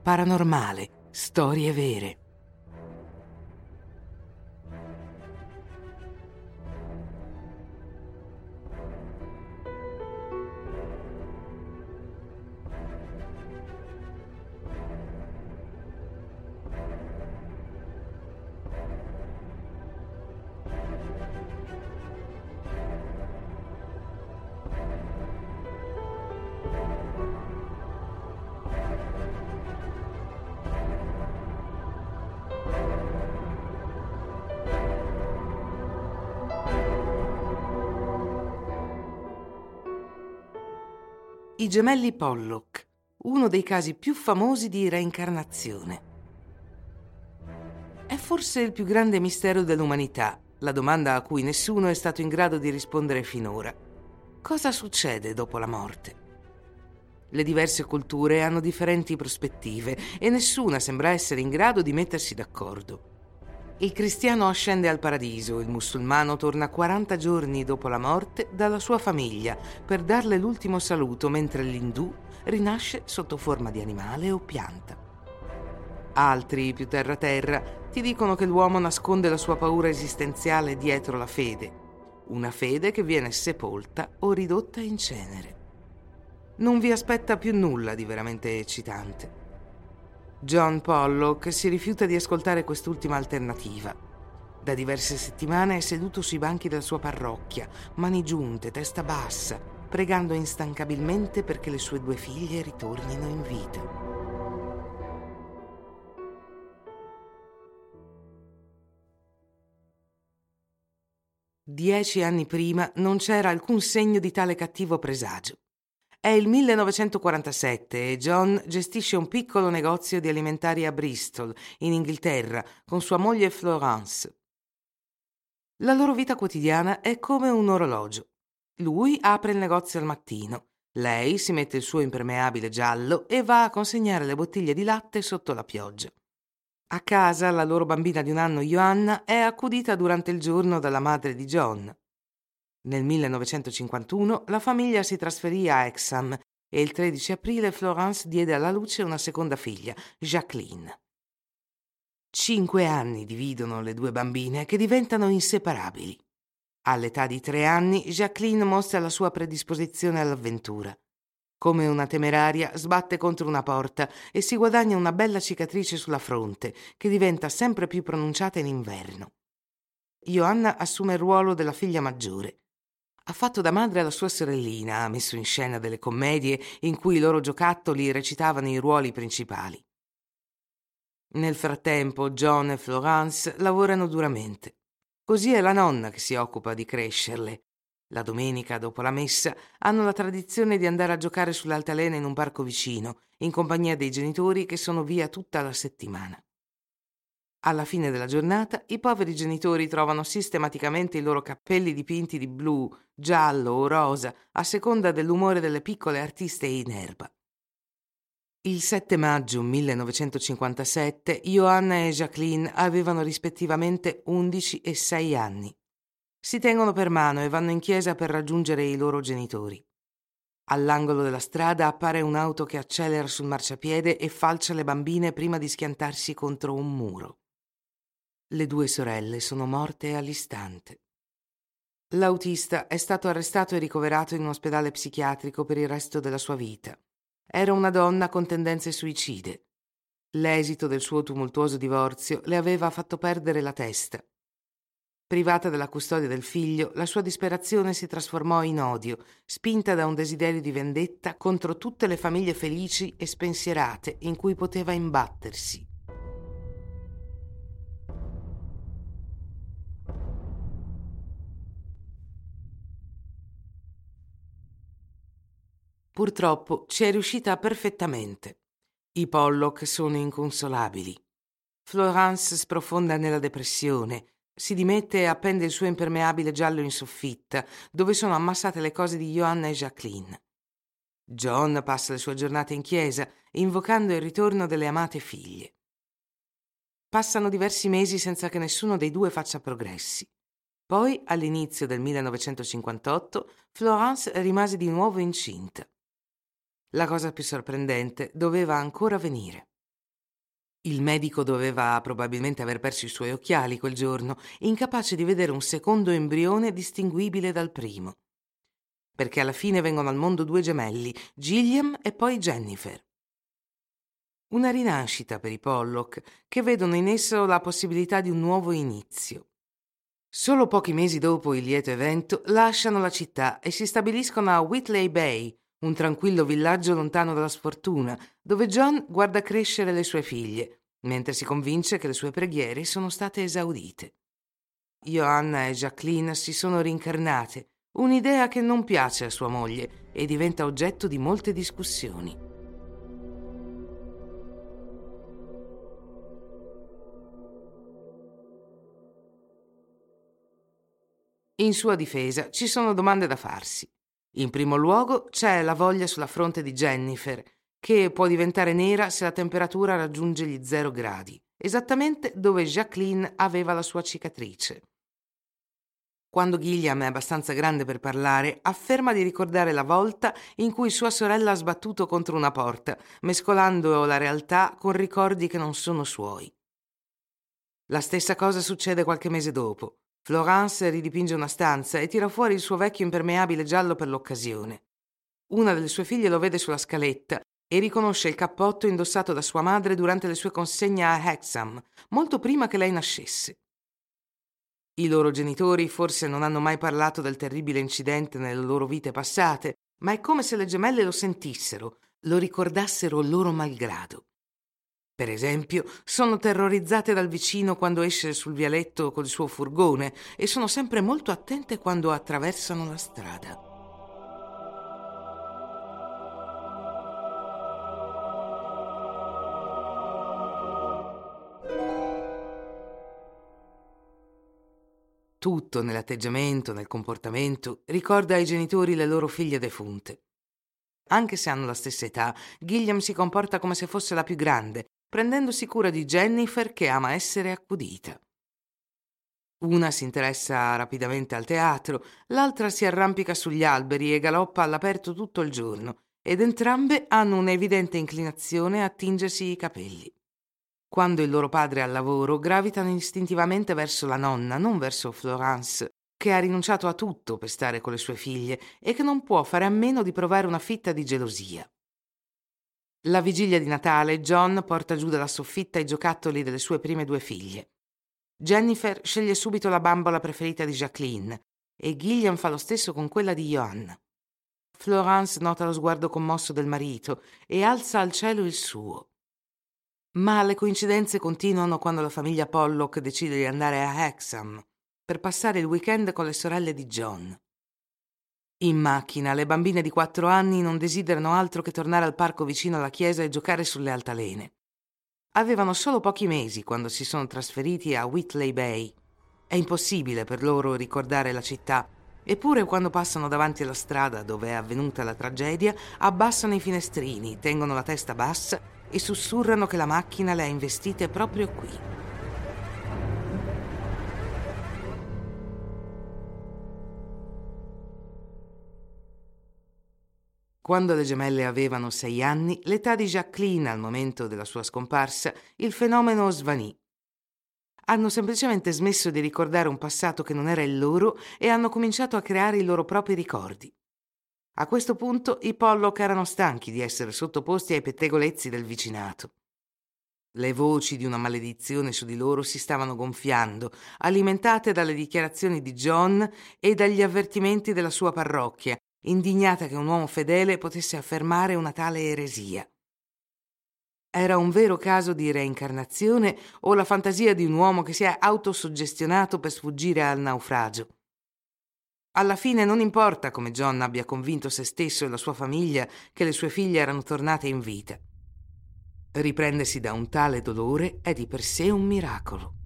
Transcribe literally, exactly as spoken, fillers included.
paranormale, storie vere. I gemelli Pollock, uno dei casi più famosi di reincarnazione. È forse il più grande mistero dell'umanità, la domanda a cui nessuno è stato in grado di rispondere finora. Cosa succede dopo la morte? Le diverse culture hanno differenti prospettive e nessuna sembra essere in grado di mettersi d'accordo. Il cristiano ascende al paradiso, il musulmano torna quaranta giorni dopo la morte dalla sua famiglia per darle l'ultimo saluto, mentre l'indù rinasce sotto forma di animale o pianta. Altri, più terra-terra, ti dicono che l'uomo nasconde la sua paura esistenziale dietro la fede, una fede che viene sepolta o ridotta in cenere. Non vi aspetta più nulla di veramente eccitante. John Pollock si rifiuta di ascoltare quest'ultima alternativa. Da diverse settimane è seduto sui banchi della sua parrocchia, mani giunte, testa bassa, pregando instancabilmente perché le sue due figlie ritornino in vita. Dieci anni prima non c'era alcun segno di tale cattivo presagio. È il millenovecentoquarantasette e John gestisce un piccolo negozio di alimentari a Bristol, in Inghilterra, con sua moglie Florence. La loro vita quotidiana è come un orologio. Lui apre il negozio al mattino, lei si mette il suo impermeabile giallo e va a consegnare le bottiglie di latte sotto la pioggia. A casa la loro bambina di un anno, Joanna, è accudita durante il giorno dalla madre di John. Nel millenovecentocinquantuno la famiglia si trasferì a Hexham e il tredici aprile Florence diede alla luce una seconda figlia, Jacqueline. Cinque anni dividono le due bambine che diventano inseparabili. All'età di tre anni Jacqueline mostra la sua predisposizione all'avventura. Come una temeraria sbatte contro una porta e si guadagna una bella cicatrice sulla fronte che diventa sempre più pronunciata in inverno. Joanna assume il ruolo della figlia maggiore. Ha fatto da madre alla sua sorellina, ha messo in scena delle commedie in cui i loro giocattoli recitavano i ruoli principali. Nel frattempo John e Florence lavorano duramente. Così è la nonna che si occupa di crescerle. La domenica, dopo la messa, hanno la tradizione di andare a giocare sull'altalena in un parco vicino, in compagnia dei genitori che sono via tutta la settimana. Alla fine della giornata, i poveri genitori trovano sistematicamente i loro cappelli dipinti di blu, giallo o rosa, a seconda dell'umore delle piccole artiste in erba. Il sette maggio millenovecentocinquantasette, Joanna e Jacqueline avevano rispettivamente undici e sei anni. Si tengono per mano e vanno in chiesa per raggiungere i loro genitori. All'angolo della strada appare un'auto che accelera sul marciapiede e falcia le bambine prima di schiantarsi contro un muro. Le due sorelle sono morte all'istante. L'autista è stato arrestato e ricoverato in un ospedale psichiatrico per il resto della sua vita. Era una donna con tendenze suicide. L'esito del suo tumultuoso divorzio le aveva fatto perdere la testa. Privata della custodia del figlio, la sua disperazione si trasformò in odio, spinta da un desiderio di vendetta contro tutte le famiglie felici e spensierate in cui poteva imbattersi. Purtroppo ci è riuscita perfettamente. I Pollock sono inconsolabili. Florence sprofonda nella depressione, si dimette e appende il suo impermeabile giallo in soffitta, dove sono ammassate le cose di Joanna e Jacqueline. John passa le sue giornate in chiesa, invocando il ritorno delle amate figlie. Passano diversi mesi senza che nessuno dei due faccia progressi. Poi, all'inizio del millenovecentocinquantotto, Florence rimase di nuovo incinta. La cosa più sorprendente doveva ancora venire. Il medico doveva probabilmente aver perso i suoi occhiali quel giorno, incapace di vedere un secondo embrione distinguibile dal primo. Perché alla fine vengono al mondo due gemelli, Gilliam e poi Jennifer. Una rinascita per i Pollock, che vedono in esso la possibilità di un nuovo inizio. Solo pochi mesi dopo il lieto evento lasciano la città e si stabiliscono a Whitley Bay, un tranquillo villaggio lontano dalla sfortuna, dove John guarda crescere le sue figlie, mentre si convince che le sue preghiere sono state esaudite. Johanna e Jacqueline si sono rincarnate, un'idea che non piace a sua moglie e diventa oggetto di molte discussioni. In sua difesa ci sono domande da farsi. In primo luogo c'è la voglia sulla fronte di Jennifer, che può diventare nera se la temperatura raggiunge gli zero gradi, esattamente dove Jacqueline aveva la sua cicatrice. Quando Gilliam è abbastanza grande per parlare, afferma di ricordare la volta in cui sua sorella ha sbattuto contro una porta, mescolando la realtà con ricordi che non sono suoi. La stessa cosa succede qualche mese dopo. Florence ridipinge una stanza e tira fuori il suo vecchio impermeabile giallo per l'occasione. Una delle sue figlie lo vede sulla scaletta e riconosce il cappotto indossato da sua madre durante le sue consegne a Hexham, molto prima che lei nascesse. I loro genitori forse non hanno mai parlato del terribile incidente nelle loro vite passate, ma è come se le gemelle lo sentissero, lo ricordassero loro malgrado. Per esempio, sono terrorizzate dal vicino quando esce sul vialetto col suo furgone e sono sempre molto attente quando attraversano la strada. Tutto nell'atteggiamento, nel comportamento, ricorda ai genitori le loro figlie defunte. Anche se hanno la stessa età, Gilliam si comporta come se fosse la più grande, prendendosi cura di Jennifer che ama essere accudita. Una si interessa rapidamente al teatro, l'altra si arrampica sugli alberi e galoppa all'aperto tutto il giorno, ed entrambe hanno un'evidente inclinazione a tingersi i capelli. Quando il loro padre è al lavoro, gravitano istintivamente verso la nonna, non verso Florence, che ha rinunciato a tutto per stare con le sue figlie e che non può fare a meno di provare una fitta di gelosia. La vigilia di Natale, John porta giù dalla soffitta i giocattoli delle sue prime due figlie. Jennifer sceglie subito la bambola preferita di Jacqueline e Gilliam fa lo stesso con quella di Johanna. Florence nota lo sguardo commosso del marito e alza al cielo il suo. Ma le coincidenze continuano quando la famiglia Pollock decide di andare a Hexham per passare il weekend con le sorelle di John. In macchina, le bambine di quattro anni non desiderano altro che tornare al parco vicino alla chiesa e giocare sulle altalene. Avevano solo pochi mesi quando si sono trasferiti a Whitley Bay. È impossibile per loro ricordare la città, eppure quando passano davanti alla strada dove è avvenuta la tragedia, abbassano i finestrini, tengono la testa bassa e sussurrano che la macchina le ha investite proprio qui. Quando le gemelle avevano sei anni, l'età di Jacqueline al momento della sua scomparsa, il fenomeno svanì. Hanno semplicemente smesso di ricordare un passato che non era il loro e hanno cominciato a creare i loro propri ricordi. A questo punto i Pollock erano stanchi di essere sottoposti ai pettegolezzi del vicinato. Le voci di una maledizione su di loro si stavano gonfiando, alimentate dalle dichiarazioni di John e dagli avvertimenti della sua parrocchia, indignata che un uomo fedele potesse affermare una tale eresia. Era un vero caso di reincarnazione o la fantasia di un uomo che si è autosuggestionato per sfuggire al naufragio? Alla fine non importa come John abbia convinto se stesso e la sua famiglia che le sue figlie erano tornate in vita. Riprendersi da un tale dolore è di per sé un miracolo.